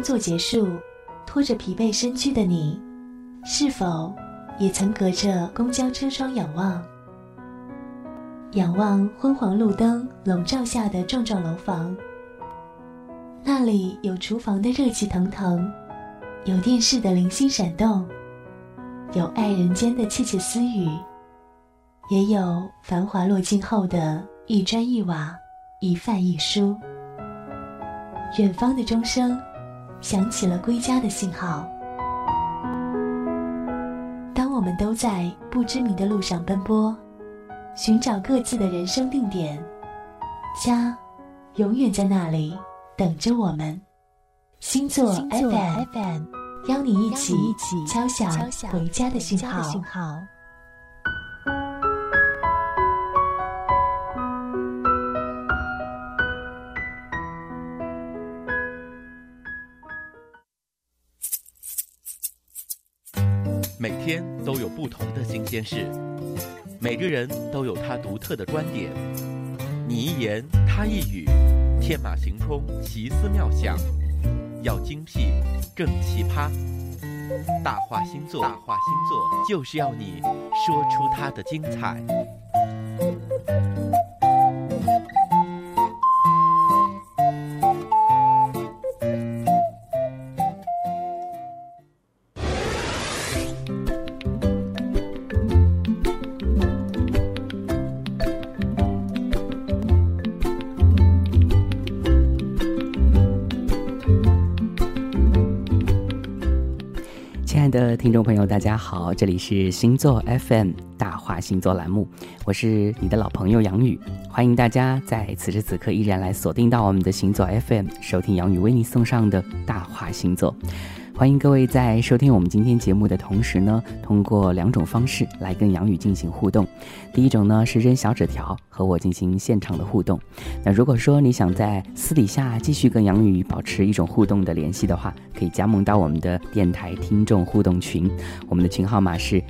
作结束，拖着疲惫身躯的你，是否也曾隔着公交车窗仰望？仰望昏黄路灯笼罩下的幢幢楼房，那里有厨房的热气腾腾，有电视的零星闪动，有爱人间的窃窃私语，也有繁华落尽后的一砖一瓦，一饭一书。远方的钟声响起了归家的信号。当我们都在不知名的路上奔波，寻找各自的人生定点，家永远在那里等着我们。星座 FM 邀你一起敲响回家的信号。 每天都有不同的新鲜事，每个人都有他独特的观点。你一言他一语，天马行空，奇思妙想，要精辟更奇葩。大话星座就是要你说出它的精彩。 亲爱的听众朋友大家好，这里是星座 FM 大话星座栏目，我是你的老朋友杨宇，欢迎大家在此时此刻依然来锁定到我们的星座 FM， 收听杨宇为你送上的大话星座。欢迎各位在收听我们今天节目的同时呢，通过两种方式来跟杨宇进行互动。第一种呢是扔小纸条和我进行现场的互动。那如果说你想在私底下继续跟杨宇保持一种互动的联系的话，可以加盟到我们的电台听众互动群，我们的群号码是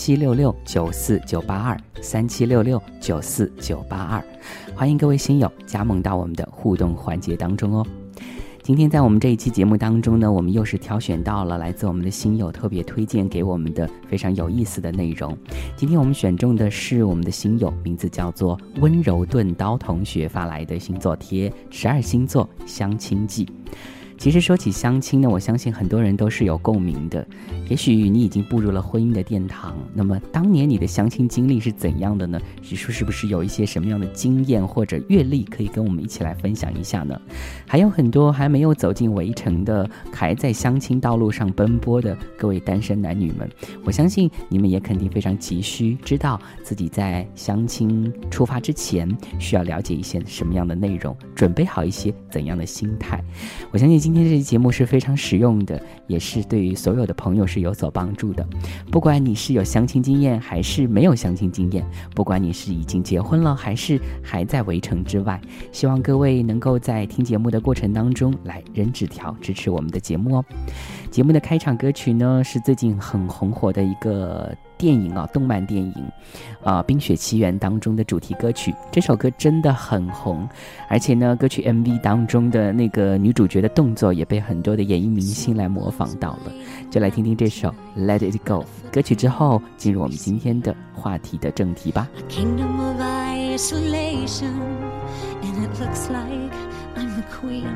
3766-94982，3766-94982。欢迎各位新友加盟到我们的互动环节当中哦。今天在我们这一期节目当中呢，我们又是挑选到了来自我们的新友特别推荐给我们的非常有意思的内容。今天我们选中的是我们的新友，名字叫做温柔钝刀同学发来的星座贴12星座相亲记。其实说起相亲呢，我相信很多人都是有共鸣的。也许你已经步入了婚姻的殿堂，那么当年你的相亲经历是怎样的呢？是不是有一些什么样的经验或者阅历可以跟我们一起来分享一下呢？还有很多还没有走进围城的，还在相亲道路上奔波的各位单身男女们，我相信你们也肯定非常急需知道自己在相亲出发之前需要了解一些什么样的内容，准备好一些怎样的心态。我相信今天这期节目是非常实用的，也是对于所有的朋友是有所帮助的。不管你是有相亲经验还是没有相亲经验，不管你是已经结婚了还是还在围城之外，希望各位能够在听节目的过程当中来扔纸条支持我们的节目哦。节目的开场歌曲呢是最近很红火的一个电影动漫电影冰雪奇缘当中的主题歌曲。这首歌真的很红，而且呢歌曲 MV 当中的那个女主角的动作也被很多的演艺明星来模仿到了。就来听听这首 Let It Go 歌曲之后，进入我们今天的话题的正题吧。 Kingdom of isolation, and it looks like I'm the queen.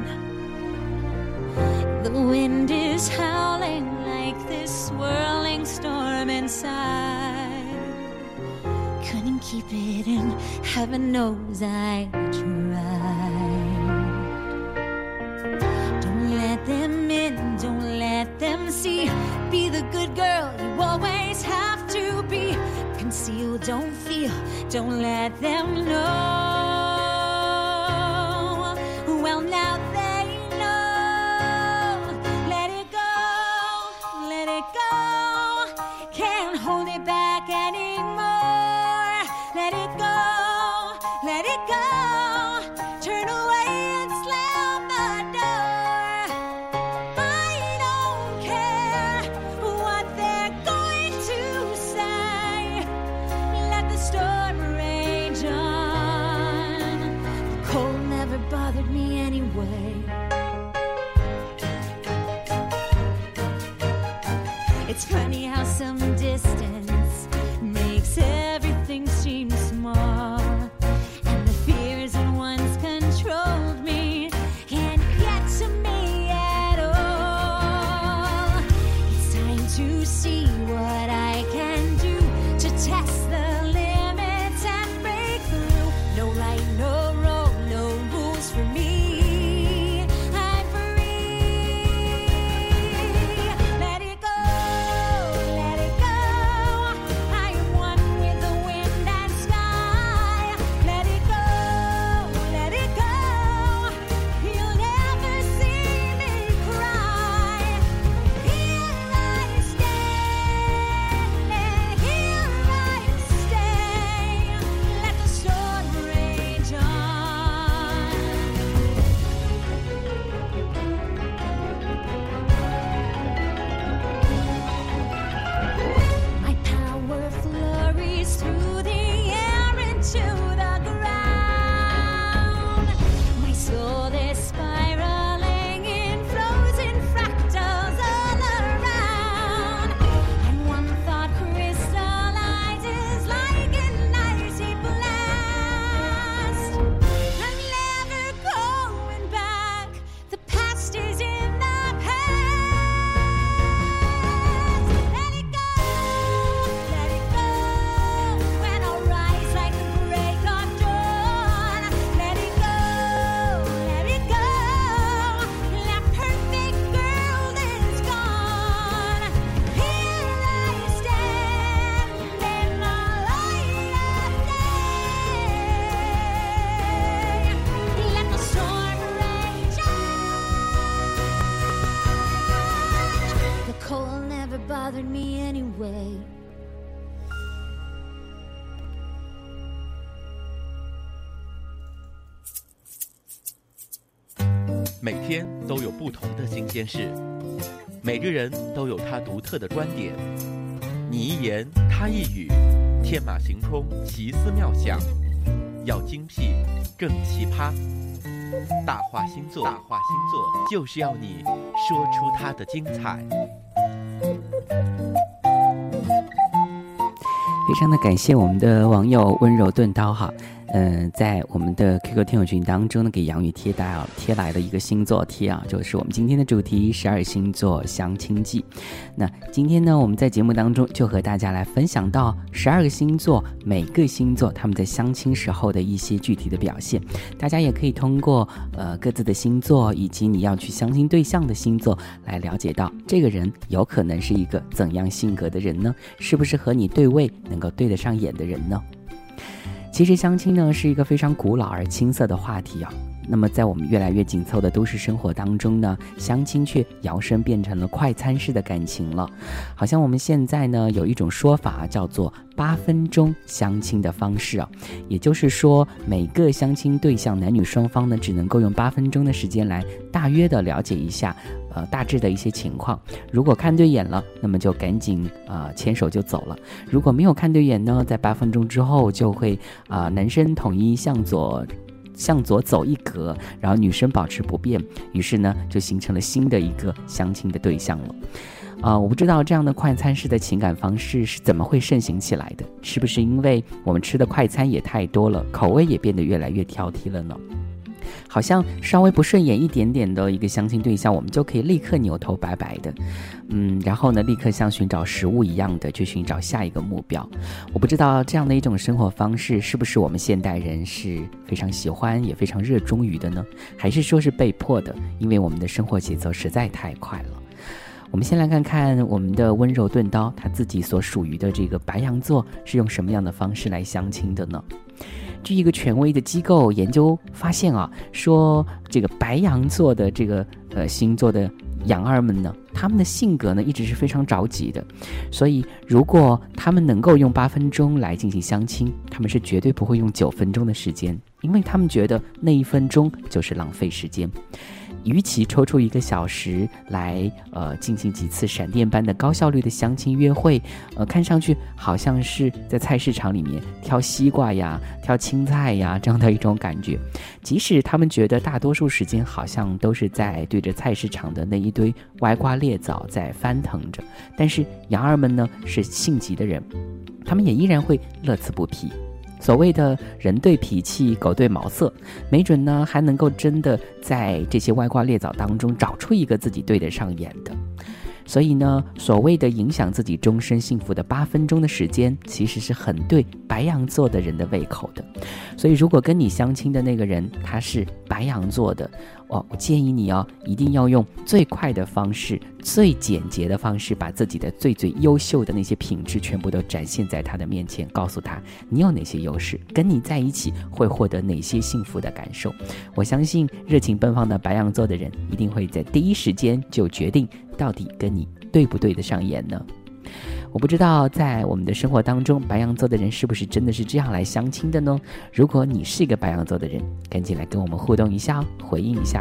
The wind is howling like this swirling storm inside. Couldn't keep it in, heaven knows I tried. Don't let them in, don't let them see. Be the good girl you always have to be. Conceal, don't feel, don't let them know. Well, now they know. Let it go, let it go. Can't hold it back anymore. Let it go, let it go. Turn away and slam the door. I don't care what they're going to say. Let the storm rage on. The cold never bothered me anyway. It's funny how some distance makes everything seem small, and the fears that once controlled me can't get to me at all. It's time to see what I can do to test the limits and break through. No right, no wrong, no rules for me. I'm free. Let it go, let it go. I am one with the wind and sky. Let it go, let it go. You'll never see me cry. Here I stand, and here I stay. Let the storm rage on. My power flurries through the air into the ground. My soul is spiraling in frozen fractals all around. And one thought crystallizes like an icy blast. I'm never going back. The past is in the past. Let it go, let it go. When I rise like the break of dawn. Let it go, let it go. That perfect girl is gone. Here I stand in the light of day. Let the storm rage on. The cold never bothered me anyway. 每天都有不同的新鲜事，每个人都有他独特的观点。你一言，他一语，天马行空，奇思妙想，要精辟，更奇葩。大话星座，大话星座，就是要你说出它的精彩。 非常的感谢我们的网友温柔钝刀哈，在我们的 QQ 听友群当中呢，给杨宇贴来了一个星座贴啊，就是我们今天的主题12星座相亲记。那今天呢，我们在节目当中就和大家来分享到12个星座，每个星座他们在相亲时候的一些具体的表现。大家也可以通过各自的星座以及你要去相亲对象的星座来了解到这个人有可能是一个怎样性格的人呢？是不是和你对位能够对得上眼的人呢？其实相亲呢是一个非常古老而青涩的话题啊。那么在我们越来越紧凑的都市生活当中呢，相亲却摇身变成了快餐式的感情了。好像我们现在呢有一种说法叫做8分钟相亲的方式啊，也就是说每个相亲对象男女双方呢只能够用8分钟的时间来大约的了解一下大致的一些情况。如果看对眼了，那么就赶紧牵手就走了。如果没有看对眼呢，在8分钟之后就会男生统一向左走一格，然后女生保持不变，于是呢就形成了新的一个相亲的对象了。我不知道这样的快餐式的情感方式是怎么会盛行起来的，是不是因为我们吃的快餐也太多了，口味也变得越来越挑剔了呢？好像稍微不顺眼一点点的一个相亲对象，我们就可以立刻扭头拜拜的，然后呢，立刻像寻找食物一样的去寻找下一个目标。我不知道这样的一种生活方式是不是我们现代人是非常喜欢也非常热衷于的呢？还是说是被迫的？因为我们的生活节奏实在太快了。我们先来看看我们的温柔钝刀他自己所属于的这个白羊座是用什么样的方式来相亲的呢？据一个权威的机构研究发现啊，说这个白羊座的这个星座的羊儿们呢，他们的性格呢一直是非常着急的，所以如果他们能够用8分钟来进行相亲，他们是绝对不会用9分钟的时间，因为他们觉得那1分钟就是浪费时间。 与其抽出1个小时来进行几次闪电般的高效率的相亲约会，看上去好像是在菜市场里面挑西瓜呀、挑青菜呀这样的一种感觉。即使他们觉得大多数时间好像都是在对着菜市场的那一堆歪瓜裂枣在翻腾着，但是羊儿们呢是性急的人，他们也依然会乐此不疲。所谓的人对脾气，狗对毛色，没准呢还能够真的在这些歪瓜裂枣当中找出一个自己对得上眼的。所以呢，所谓的影响自己终身幸福的8分钟的时间，其实是很对白羊座的人的胃口的。所以如果跟你相亲的那个人他是白羊座的，我建议你一定要用最快的方式、最简洁的方式，把自己的最优秀的那些品质全部都展现在他的面前，告诉他你有哪些优势，跟你在一起会获得哪些幸福的感受。我相信热情奔放的白羊座的人一定会在第一时间就决定到底跟你对不对得上眼呢。我不知道在我们的生活当中，白羊座的人是不是真的是这样来相亲的呢？如果你是一个白羊座的人，赶紧来跟我们互动一下回应一下。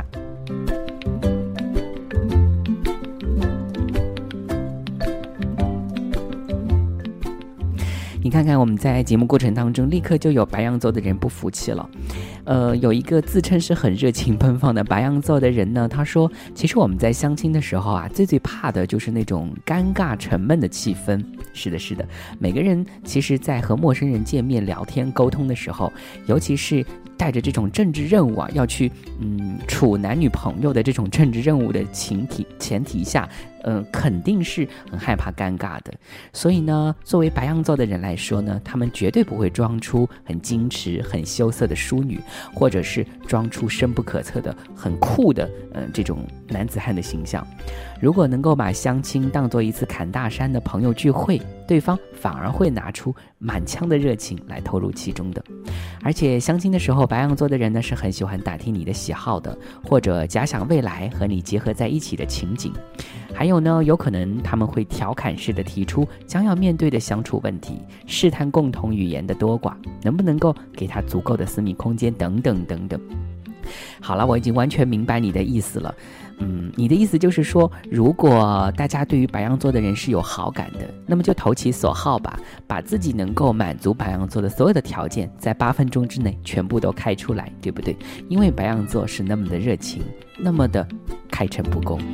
你看看我们在节目过程当中，立刻就有白羊座的人不服气了。有一个自称是很热情奔放的白羊座的人呢，他说其实我们在相亲的时候啊，最怕的就是那种尴尬沉闷的气氛。是的，每个人其实在和陌生人见面聊天沟通的时候，尤其是带着这种政治任务啊，要去处男女朋友的这种政治任务的前提下，肯定是很害怕尴尬的。所以呢，作为白羊座的人来说呢，他们绝对不会装出很矜持很羞涩的淑女，或者是装出深不可测的很酷的这种男子汉的形象。如果能够把相亲当作一次侃大山的朋友聚会，对方反而会拿出满腔的热情来投入其中的。而且相亲的时候，白羊座的人呢是很喜欢打听你的喜好的，或者假想未来和你结合在一起的情景。还有呢，有可能他们会调侃式的提出将要面对的相处问题，试探共同语言的多寡，能不能够给他足够的私密空间等等等等。好了，我已经完全明白你的意思了。你的意思就是说，如果大家对于白羊座的人是有好感的，那么就投其所好吧，把自己能够满足白羊座的所有的条件，在8分钟之内全部都开出来，对不对？因为白羊座是那么的热情，那么的开诚布公。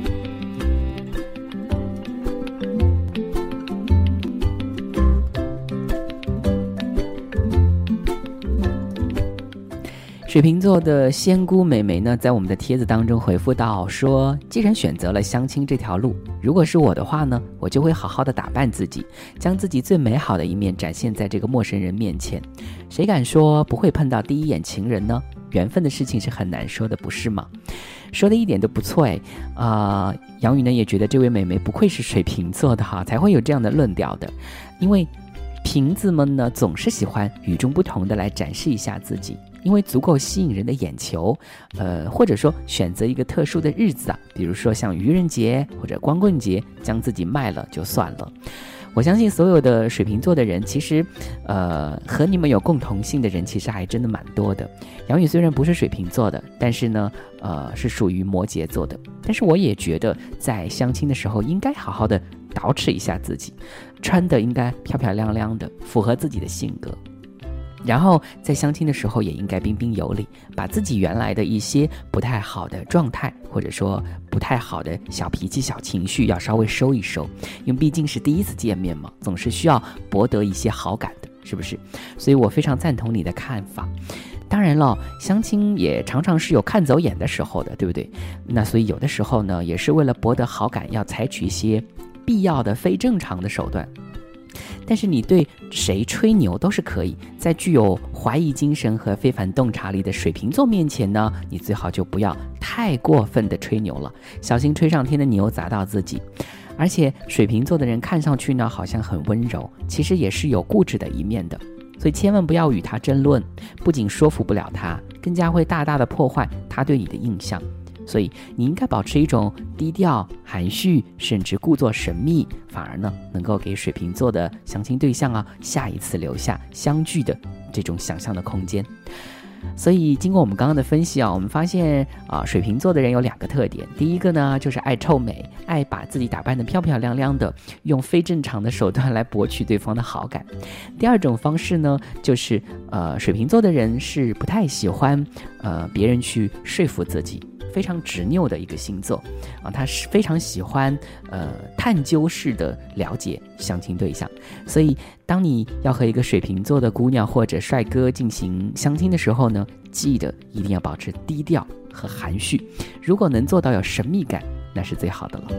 水瓶座的仙姑美眉呢，在我们的帖子当中回复到说，既然选择了相亲这条路，如果是我的话呢，我就会好好的打扮自己，将自己最美好的一面展现在这个陌生人面前。谁敢说不会碰到第一眼情人呢？缘分的事情是很难说的，不是吗？说的一点都不错杨宇呢也觉得这位美眉不愧是水瓶座的哈，才会有这样的论调的。因为瓶子们呢总是喜欢与众不同的来展示一下自己，因为足够吸引人的眼球，或者说选择一个特殊的日子啊，比如说像愚人节或者光棍节，将自己卖了就算了。我相信所有的水瓶座的人，其实和你们有共同性的人其实还真的蛮多的。杨宇虽然不是水瓶座的，但是呢是属于摩羯座的，但是我也觉得在相亲的时候应该好好的捯饬一下自己，穿的应该漂漂亮亮的，符合自己的性格。然后在相亲的时候也应该彬彬有礼，把自己原来的一些不太好的状态，或者说不太好的小脾气小情绪要稍微收一收，因为毕竟是第一次见面嘛，总是需要博得一些好感的，是不是？所以我非常赞同你的看法。当然了，相亲也常常是有看走眼的时候的，对不对？那所以有的时候呢，也是为了博得好感，要采取一些必要的非正常的手段。但是你对谁吹牛都是可以，在具有怀疑精神和非凡洞察力的水瓶座面前呢，你最好就不要太过分的吹牛了，小心吹上天的牛砸到自己。而且水瓶座的人看上去呢好像很温柔，其实也是有固执的一面的，所以千万不要与他争论，不仅说服不了他，更加会大大的破坏他对你的印象。所以你应该保持一种低调含蓄甚至故作神秘，反而呢能够给水瓶座的相亲对象下一次留下相聚的这种想象的空间。 所以经过我们刚刚的分析啊，我们发现水瓶座的人有2个特点。第一个呢，就是爱臭美，爱把自己打扮得漂漂亮亮的，用非正常的手段来博取对方的好感。第二种方式呢，就是水瓶座的人是不太喜欢别人去说服自己，非常执拗的一个星座他是非常喜欢探究式的了解相亲对象。所以当你要和一个水瓶座的姑娘或者帅哥进行相亲的时候呢，记得一定要保持低调和含蓄，如果能做到有神秘感，那是最好的了。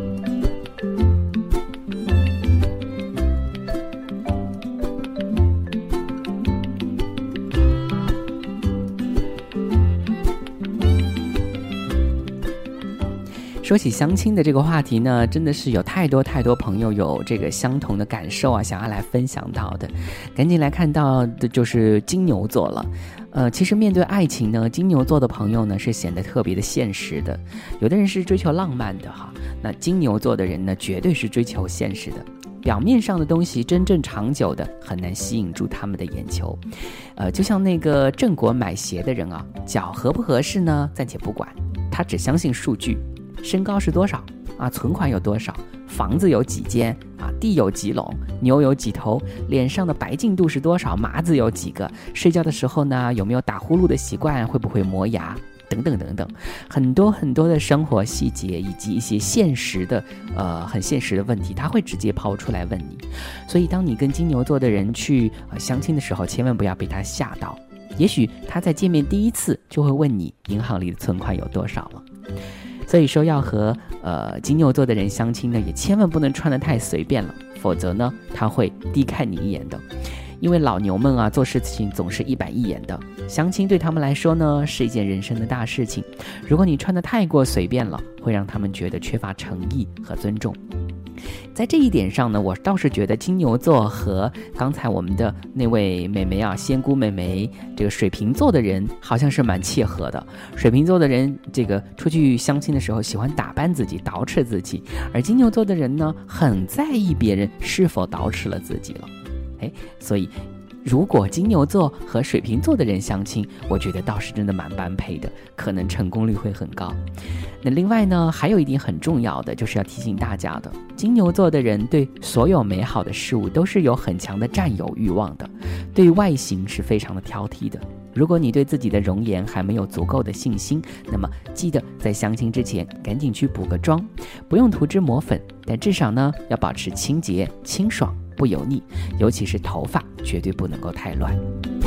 说起相亲的这个话题呢，真的是有太多朋友有这个相同的感受啊，想要来分享到的。赶紧来看到的就是金牛座了。其实面对爱情呢，金牛座的朋友呢是显得特别的现实的。有的人是追求浪漫的哈，那金牛座的人呢，绝对是追求现实的。表面上的东西真正长久的很难吸引住他们的眼球。就像那个郑国买鞋的人啊，脚合不合适呢，暂且不管，他只相信数据。身高是多少啊？存款有多少？房子有几间啊？地有几垄？牛有几头？脸上的白净度是多少？麻子有几个？睡觉的时候呢，有没有打呼噜的习惯？会不会磨牙？等等等等，很多的生活细节以及一些现实的很现实的问题，他会直接抛出来问你。所以当你跟金牛座的人去相亲的时候，千万不要被他吓到。也许他在见面第一次就会问你银行里的存款有多少了。所以说要和金牛座的人相亲呢，也千万不能穿得太随便了，否则呢他会低看你一眼的。因为老牛们啊，做事情总是一板一眼的，相亲对他们来说呢是一件人生的大事情。如果你穿得太过随便了，会让他们觉得缺乏诚意和尊重。在这一点上呢，我倒是觉得金牛座和刚才我们的那位美眉啊，仙姑美眉，这个水瓶座的人好像是蛮契合的。水瓶座的人这个出去相亲的时候喜欢打扮自己，捯饬自己，而金牛座的人呢，很在意别人是否捯饬了自己了。所以如果金牛座和水瓶座的人相亲，我觉得倒是真的蛮般配的，可能成功率会很高。那另外呢，还有一点很重要的，就是要提醒大家的，金牛座的人对所有美好的事物都是有很强的占有欲望的，对外形是非常的挑剔的。如果你对自己的容颜还没有足够的信心，那么记得在相亲之前赶紧去补个妆，不用涂脂抹粉，但至少呢要保持清洁清爽不油腻，尤其是头发绝对不能够太乱。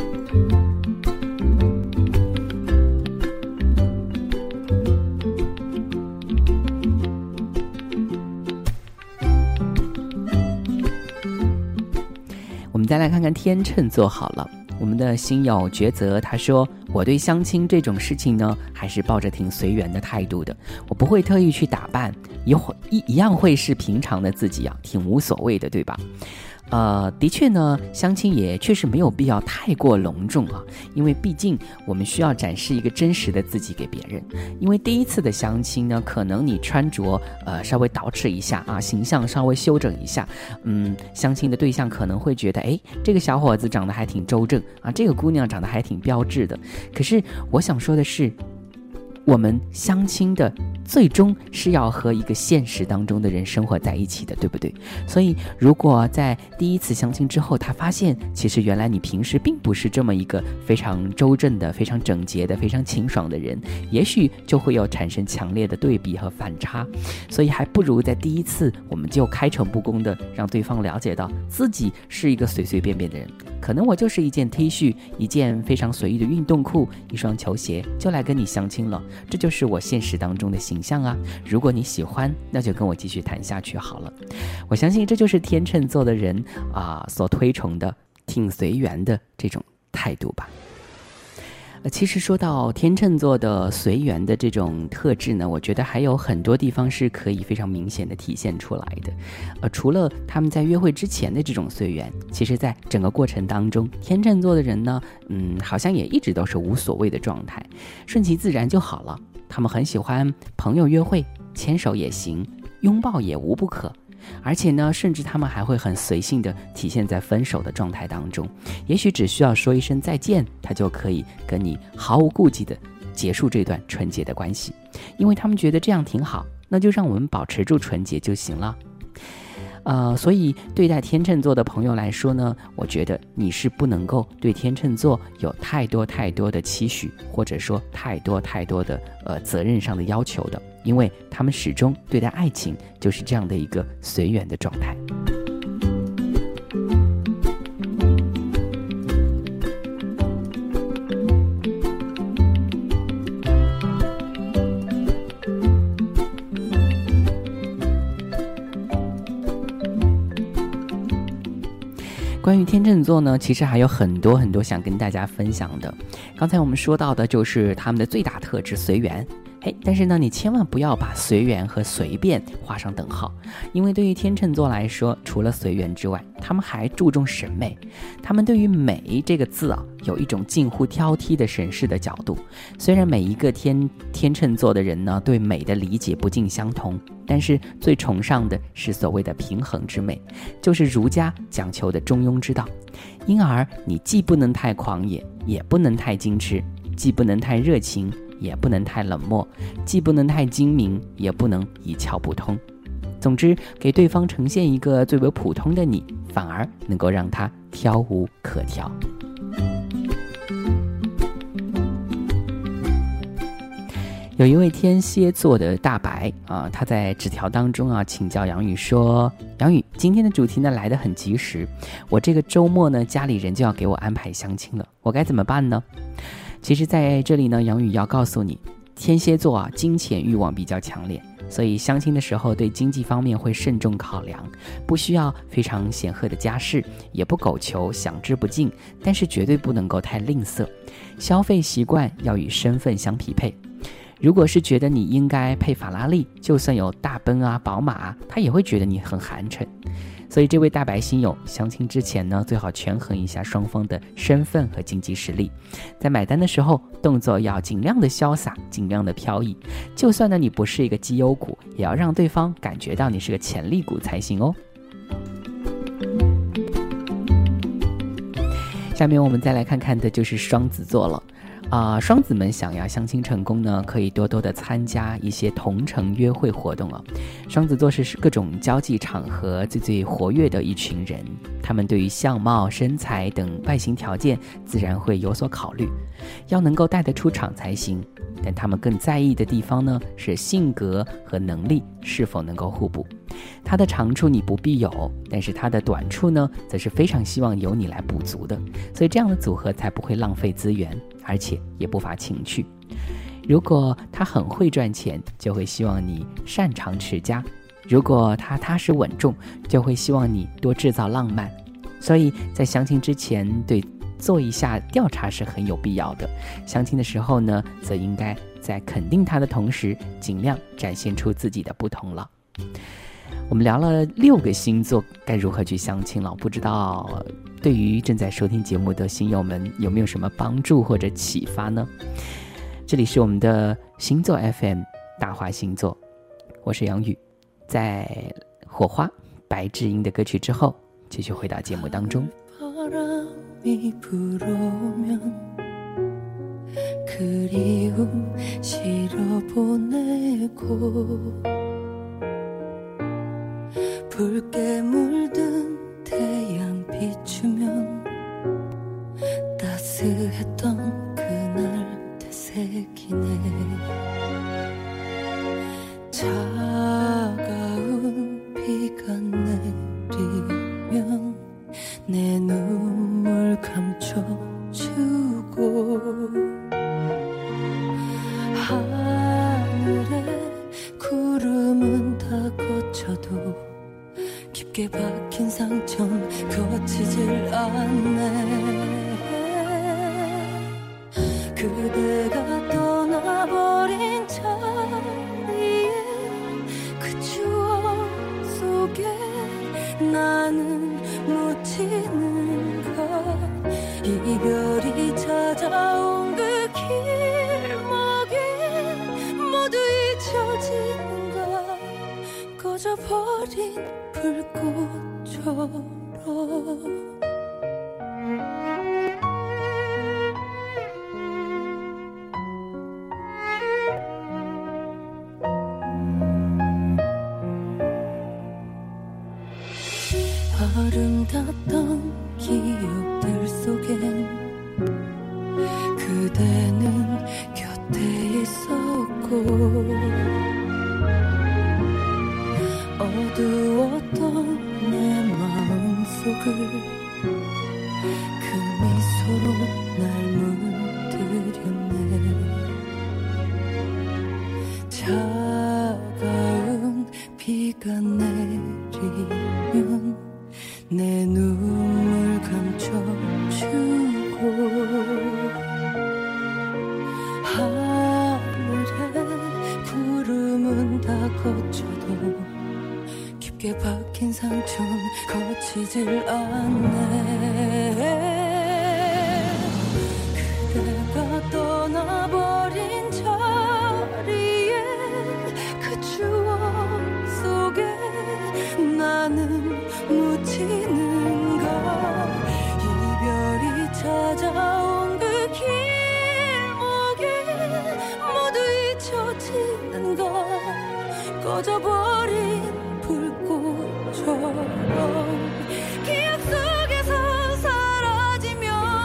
我们再来看看天秤座好了。我们的新友抉择他说，我对相亲这种事情呢，还是抱着挺随缘的态度的，我不会特意去打扮，一样会是平常的自己啊，挺无所谓的，对吧？的确呢，相亲也确实没有必要太过隆重啊，因为毕竟我们需要展示一个真实的自己给别人。因为第一次的相亲呢，可能你穿着稍微捯饬一下啊，形象稍微修整一下，相亲的对象可能会觉得，这个小伙子长得还挺周正啊，这个姑娘长得还挺标致的。可是我想说的是，我们相亲的最终是要和一个现实当中的人生活在一起的，对不对？所以如果在第一次相亲之后，他发现其实原来你平时并不是这么一个非常周正的、非常整洁的、非常清爽的人，也许就会有产生强烈的对比和反差。所以还不如在第一次我们就开诚布公的让对方了解到自己是一个随随便便的人，可能我就是一件 T 恤，一件非常随意的运动裤，一双球鞋就来跟你相亲了，这就是我现实当中的形象啊。如果你喜欢，那就跟我继续谈下去好了。我相信这就是天秤座的人所推崇的挺随缘的这种态度吧。其实说到天秤座的随缘的这种特质呢，我觉得还有很多地方是可以非常明显的体现出来的。除了他们在约会之前的这种随缘，其实在整个过程当中，天秤座的人呢，好像也一直都是无所谓的状态，顺其自然就好了。他们很喜欢朋友约会，牵手也行，拥抱也无不可， 而且呢，甚至他们还会很随性的体现在分手的状态当中，也许只需要说一声再见，他就可以跟你毫无顾忌的结束这段纯洁的关系，因为他们觉得这样挺好，那就让我们保持住纯洁就行了。所以对待天秤座的朋友来说呢，我觉得你是不能够对天秤座有太多的期许，或者说太多的责任上的要求的，因为他们始终对待爱情就是这样的一个随缘的状态。关于天秤座呢，其实还有很多想跟大家分享的。刚才我们说到的就是他们的最大特质随缘，但是呢，你千万不要把随缘和随便画上等号，因为对于天秤座来说，除了随缘之外，他们还注重审美。他们对于美这个字有一种近乎挑剔的审视的角度。虽然每一个天秤座的人呢，对美的理解不尽相同，但是最崇尚的是所谓的平衡之美，就是儒家讲求的中庸之道。因而你既不能太狂野，也不能太矜持，既不能太热情，也不能太冷漠，既不能太精明，也不能一窍不通。总之，给对方呈现一个最为普通的你，反而能够让他挑无可挑。有一位天蝎座的大白他在纸条当中请教杨宇说，杨宇，今天的主题呢来得很及时，我这个周末呢家里人就要给我安排相亲了，我该怎么办呢？其实在这里呢，杨宇要告诉你，天蝎座金钱欲望比较强烈，所以相亲的时候对经济方面会慎重考量，不需要非常显赫的家世，也不苟求享之不尽，但是绝对不能够太吝啬，消费习惯要与身份相匹配。如果是觉得你应该配法拉利，就算有大奔宝马他也会觉得你很寒碜。所以这位大白新友相亲之前呢，最好权衡一下双方的身份和经济实力，在买单的时候动作要尽量的潇洒，尽量的飘逸，就算呢你不是一个绩优股，也要让对方感觉到你是个潜力股才行哦。下面我们再来看看的就是双子座了。双子们想要相亲成功呢，可以多的参加一些同城约会活动双子座是各种交际场合最活跃的一群人，他们对于相貌、身材等外形条件自然会有所考虑，要能够带得出场才行。但他们更在意的地方呢，是性格和能力是否能够互补。他的长处你不必有，但是他的短处呢，则是非常希望由你来补足的，所以这样的组合才不会浪费资源，而且也不乏情趣。如果他很会赚钱，就会希望你擅长持家；如果他踏实稳重，就会希望你多制造浪漫。所以在相亲之前做一下调查是很有必要的，相亲的时候呢，则应该在肯定他的同时，尽量展现出自己的不同了。我们聊了6个星座该如何去相亲了，不知道对于正在收听节目的星友们有没有什么帮助或者启发呢？这里是我们的星座 FM 大话星座，我是杨宇，在火花白智英的歌曲之后，继续回到节目当中。 붉게 물든 태양 비추면 따스했던 그날 되새기네 차가운 비가 내리면 내 눈물 감춰주고 하늘에 구름은 다 거쳐도 깊게 박힌 상처는 거치질 않네 그대가 떠나버린 자리에 그 추억 속에 나는 묻히는가 이별이 찾아온 그 길목에 모두 잊혀지는가 꺼져버린 불꽃처럼 아름답던 기억들 속엔 그대는 곁에 있었고 어두웠던 내 마음속을 그 미소로 날 물들였네 차가운 비가 내리면 내 눈물 감춰주고 하늘에 구름은 다 거쳐도 깊게 박힌 상처는 거치질 않네 그대가 떠나버린 자리에 그 추억 속에 나는 묻히는가 이별이 찾아온 그 길목에 모두 잊혀지는 것 꺼져버린 불꽃처럼 기억 속에서 사라지면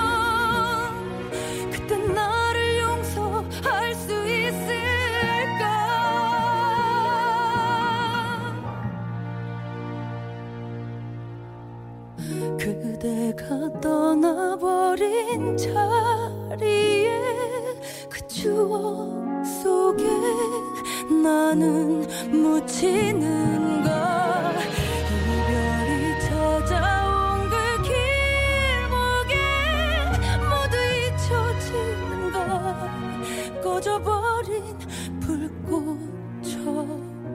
그땐 나를 용서할 수 있을까 그대가 떠나버린 자리에 그 추억 속에 나는 묻히는가 이별이 찾아온 그 길목에 모두 잊혀지는 것 꺼져버린 불꽃처럼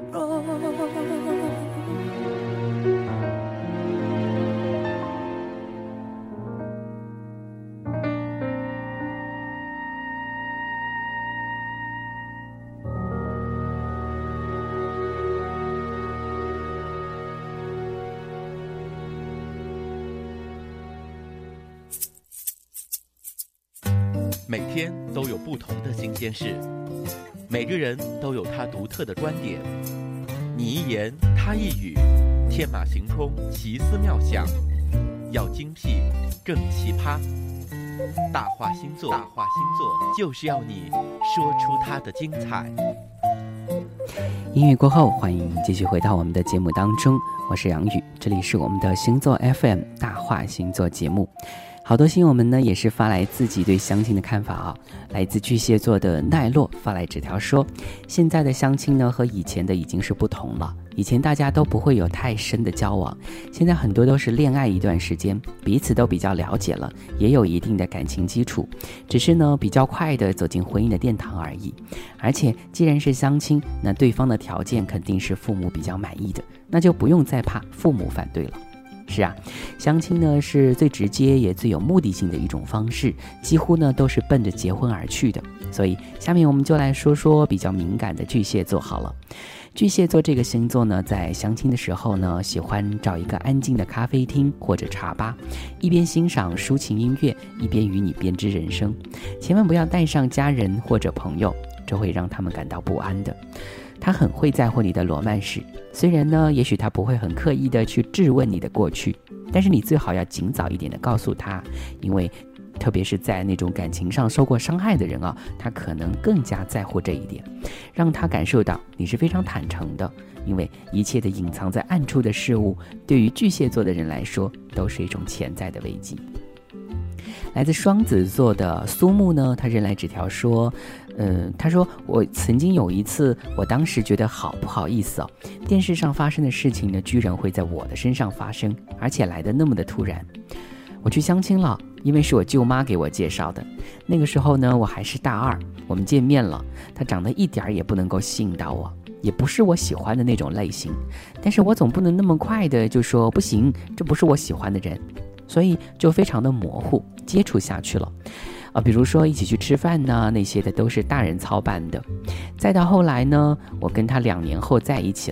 每天都有不同的新鲜事，每个人都有他独特的观点。你一言，他一语，天马行空，奇思妙想，要精辟，更奇葩。大话星座，大话星座就是要你说出它的精彩。 音乐过后，欢迎继续回到我们的节目当中，我是杨宇，这里是我们的星座 FM 大话星座节目。好多星友们呢也是发来自己对相亲的看法啊。来自巨蟹座的奈落发来纸条说，现在的相亲呢和以前的已经是不同了，以前大家都不会有太深的交往，现在很多都是恋爱一段时间，彼此都比较了解了，也有一定的感情基础，只是呢比较快的走进婚姻的殿堂而已。而且既然是相亲，那对方的条件肯定是父母比较满意的，那就不用再怕父母反对了。是啊，相亲呢是最直接也最有目的性的一种方式，几乎呢都是奔着结婚而去的。所以下面我们就来说说比较敏感的巨蟹座好了。巨蟹座这个星座呢，在相亲的时候呢，喜欢找一个安静的咖啡厅或者茶吧，一边欣赏抒情音乐，一边与你编织人生。千万不要带上家人或者朋友，这会让他们感到不安的。他很会在乎你的罗曼史，虽然呢，也许他不会很刻意的去质问你的过去，但是你最好要尽早一点的告诉他，因为特别是在那种感情上受过伤害的人啊，他可能更加在乎这一点，让他感受到你是非常坦诚的，因为一切的隐藏在暗处的事物，对于巨蟹座的人来说，都是一种潜在的危机。来自双子座的苏木呢，他扔来纸条说，他说我曾经有一次，我当时觉得好不好意思哦，电视上发生的事情呢，居然会在我的身上发生，而且来得那么的突然。我去相亲了，因为是我舅妈给我介绍的。那个时候呢，我还是大二，我们见面了，他长得一点也不能够吸引到我，也不是我喜欢的那种类型，但是我总不能那么快的就说不行，这不是我喜欢的人，所以就非常的模糊，接触下去了。比如说一起去吃饭呢，那些的都是大人操办的。再到后来呢，我跟他2年后在一起了，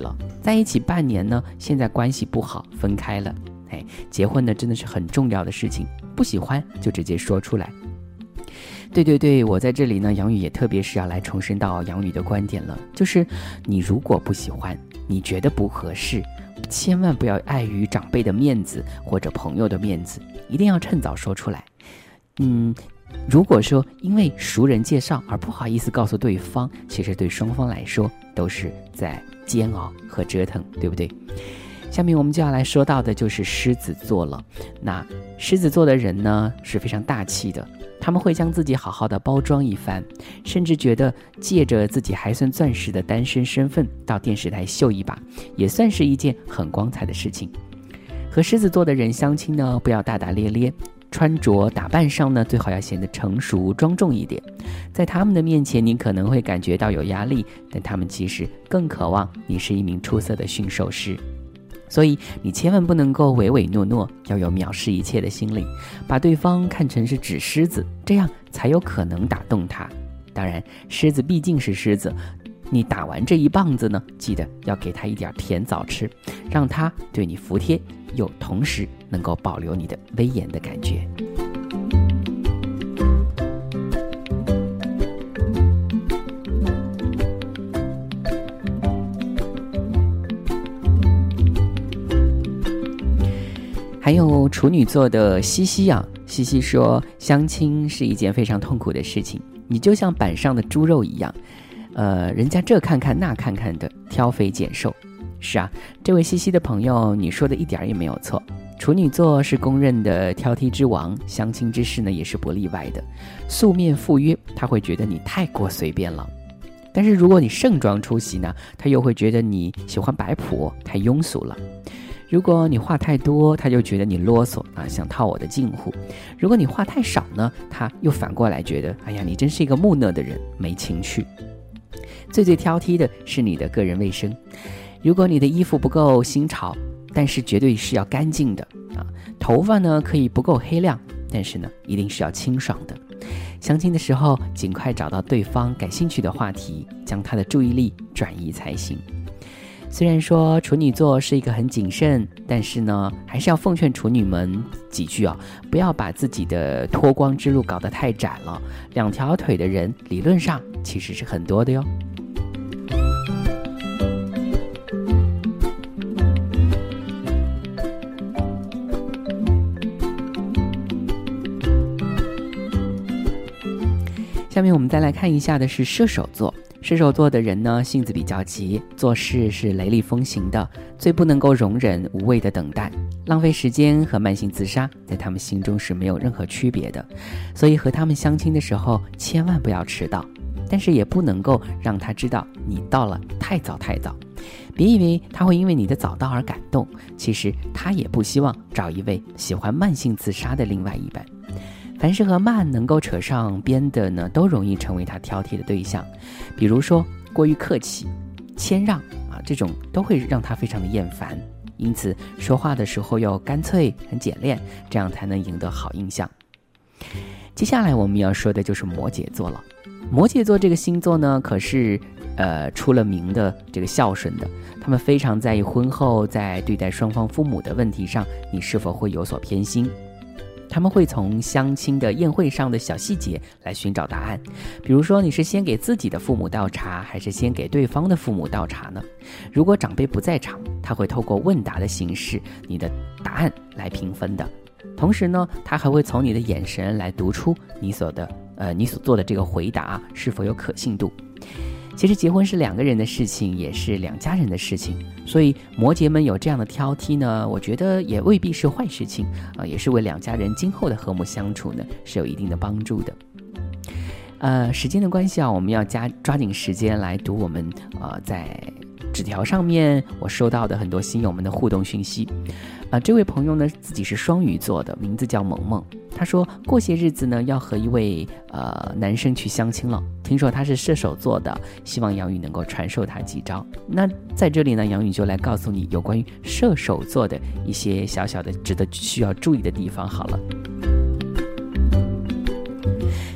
在一起半年呢，现在关系不好，分开了。结婚呢真的是很重要的事情，不喜欢就直接说出来。对，我在这里呢，杨宇也特别是要来重申到杨宇的观点了，就是你如果不喜欢，你觉得不合适，千万不要碍于长辈的面子或者朋友的面子，一定要趁早说出来。如果说因为熟人介绍而不好意思告诉对方，其实对双方来说都是在煎熬和折腾，对不对？下面我们就要来说到的就是狮子座了。那狮子座的人呢是非常大气的，他们会将自己好好的包装一番，甚至觉得借着自己还算钻石的单身身份到电视台秀一把，也算是一件很光彩的事情。和狮子座的人相亲呢，不要大大咧咧，穿着打扮上呢，最好要显得成熟庄重一点。在他们的面前，你可能会感觉到有压力，但他们其实更渴望你是一名出色的驯兽师。所以你千万不能够唯唯诺诺，要有藐视一切的心理，把对方看成是纸狮子，这样才有可能打动他。当然，狮子毕竟是狮子，你打完这一棒子呢，记得要给他一点甜枣吃，让他对你服帖，又同时能够保留你的威严的感觉。还有处女座的西西啊，西西说，相亲是一件非常痛苦的事情，你就像板上的猪肉一样，人家这看看那看看的，挑肥拣瘦。是啊，这位西西的朋友，你说的一点也没有错。处女座是公认的挑剔之王，相亲之事呢也是不例外的。素面赴约，他会觉得你太过随便了；但是如果你盛装出席呢，他又会觉得你喜欢摆谱，太庸俗了。如果你话太多，他就觉得你啰嗦啊，想套我的近乎；如果你话太少呢，他又反过来觉得，哎呀，你真是一个木讷的人，没情趣。最挑剔的是你的个人卫生。如果你的衣服不够新潮，但是绝对是要干净的啊；头发呢可以不够黑亮，但是呢一定是要清爽的。相亲的时候，尽快找到对方感兴趣的话题，将他的注意力转移才行。虽然说处女座是一个很谨慎，但是呢还是要奉劝处女们几句啊，不要把自己的脱光之路搞得太窄了。两条腿的人理论上其实是很多的哟。下面我们再来看一下的是射手座。射手座的人呢，性子比较急，做事是雷厉风行的，最不能够容忍无谓的等待，浪费时间和慢性自杀在他们心中是没有任何区别的。所以和他们相亲的时候，千万不要迟到，但是也不能够让他知道你到了太早。别以为他会因为你的早到而感动，其实他也不希望找一位喜欢慢性自杀的另外一半。凡是和慢能够扯上边的呢，都容易成为他挑剔的对象。比如说过于客气、谦让啊，这种都会让他非常的厌烦。因此说话的时候要干脆、很简练，这样才能赢得好印象。接下来我们要说的就是摩羯座了。摩羯座这个星座呢，可是出了名的这个孝顺的，他们非常在意婚后在对待双方父母的问题上，你是否会有所偏心。他们会从相亲的宴会上的小细节来寻找答案，比如说你是先给自己的父母倒茶，还是先给对方的父母倒茶呢？如果长辈不在场，他会透过问答的形式，你的答案来评分的。同时呢，他还会从你的眼神来读出你所做的这个回答是否有可信度。其实结婚是两个人的事情，也是两家人的事情，所以摩羯们有这样的挑剔呢，我觉得也未必是坏事情也是为两家人今后的和睦相处呢是有一定的帮助的。时间的关系我们要抓紧时间来读我们在纸条上面我收到的很多新友们的互动讯息。这位朋友呢自己是双鱼座的，名字叫萌萌。他说过些日子呢要和一位男生去相亲了，听说他是射手座的，希望杨宇能够传授他几招。那在这里呢，杨宇就来告诉你有关于射手座的一些小小的值得需要注意的地方好了。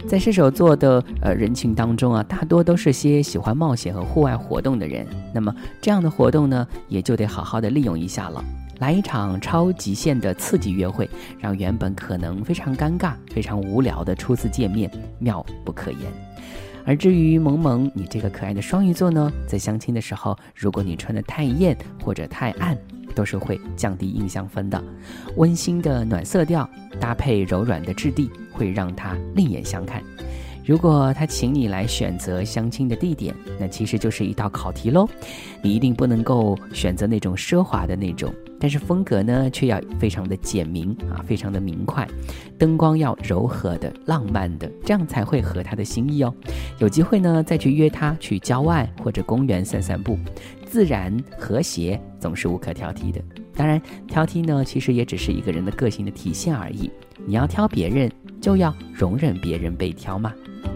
在射手座的人群当中啊，大多都是些喜欢冒险和户外活动的人。那么这样的活动呢，也就得好好的利用一下了，来一场超极限的刺激约会，让原本可能非常尴尬、非常无聊的初次见面妙不可言。而至于萌萌，你这个可爱的双鱼座呢，在相亲的时候，如果你穿得太艳或者太暗，都是会降低印象分的。温馨的暖色调搭配柔软的质地，会让他另眼相看。如果他请你来选择相亲的地点，那其实就是一道考题咯。你一定不能够选择那种奢华的那种，但是风格呢却要非常的简明啊，非常的明快，灯光要柔和的、浪漫的，这样才会合他的心意哦。有机会呢再去约他去郊外或者公园散散步，自然和谐总是无可挑剔的。当然挑剔呢其实也只是一个人的个性的体现而已，你要挑别人就要容忍别人被挑嘛。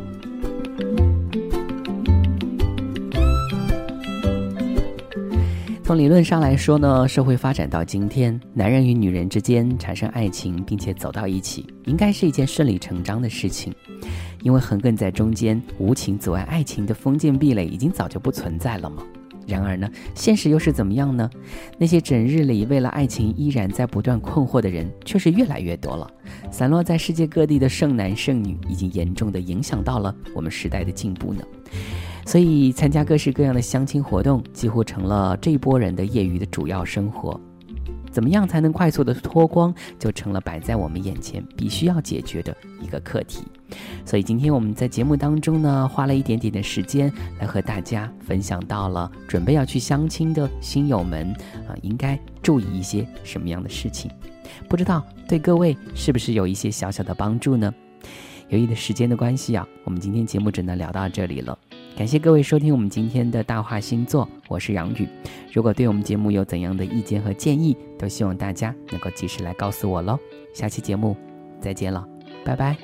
从理论上来说呢，社会发展到今天，男人与女人之间产生爱情并且走到一起，应该是一件顺理成章的事情。因为横亘在中间无情阻碍爱情的封建壁垒已经早就不存在了嘛。然而呢，现实又是怎么样呢？那些整日里为了爱情依然在不断困惑的人却是越来越多了。散落在世界各地的剩男剩女已经严重地影响到了我们时代的进步呢。所以参加各式各样的相亲活动几乎成了这一波人的业余的主要生活。怎么样才能快速的脱光，就成了摆在我们眼前必须要解决的一个课题。所以今天我们在节目当中呢，花了一点点的时间来和大家分享到了准备要去相亲的新友们应该注意一些什么样的事情。不知道对各位是不是有一些小小的帮助呢？由于的时间的关系啊，我们今天节目只能聊到这里了。感谢各位收听我们今天的大话星座，我是杨宇。如果对我们节目有怎样的意见和建议，都希望大家能够及时来告诉我咯。下期节目再见了，拜拜。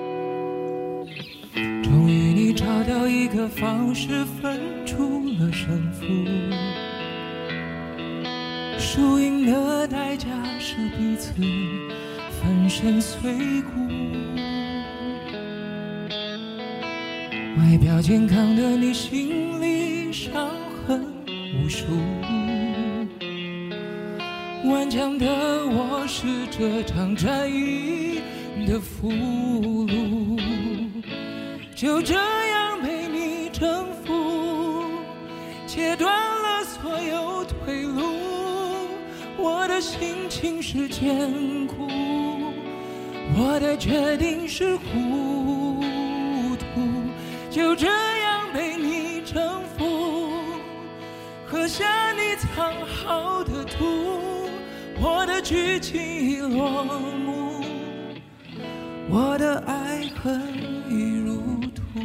终于你找到一个方式分出了胜负，输赢的代价是彼此粉身碎骨。外表健康的你心里伤痕无数，顽强的我是这场战役的俘虏，就这样被你征服，切断了所有退路。我的心情是艰苦，我的决定是糊涂，就这样被你征服，喝下你藏好的毒，我的剧情已落幕，我的爱恨已如土。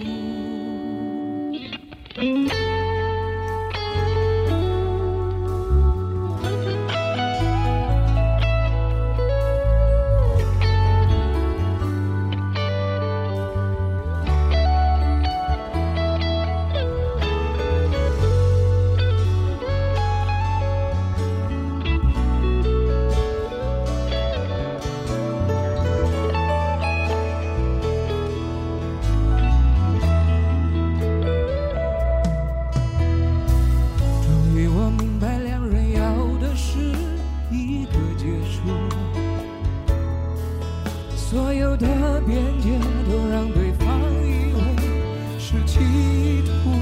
所有的边界都让对方以为是企图，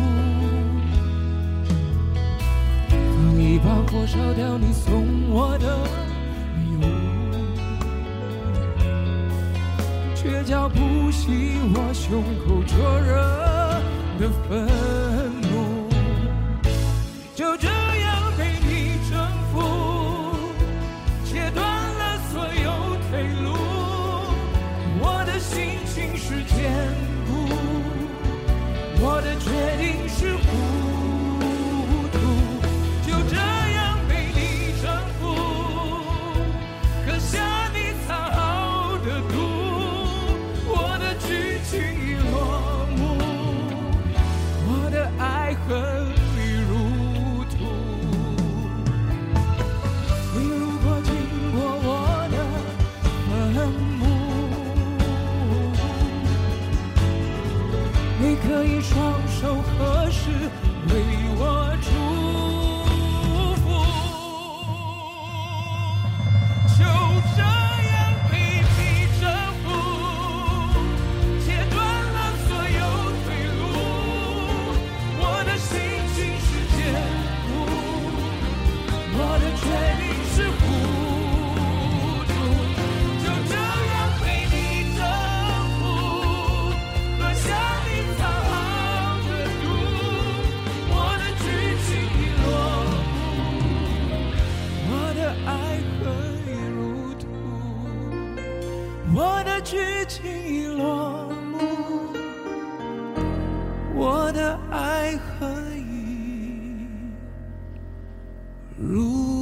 放一把火烧掉你送我的礼物，却叫不熄我胸口灼热的愤怒，就这样被你征服，切断了所有退路，我的心情是坚固，我的决定是糊涂，就这样被你征服，喝下你藏好的毒，我的剧情已落幕，我的我的剧情已落幕，我的爱何以如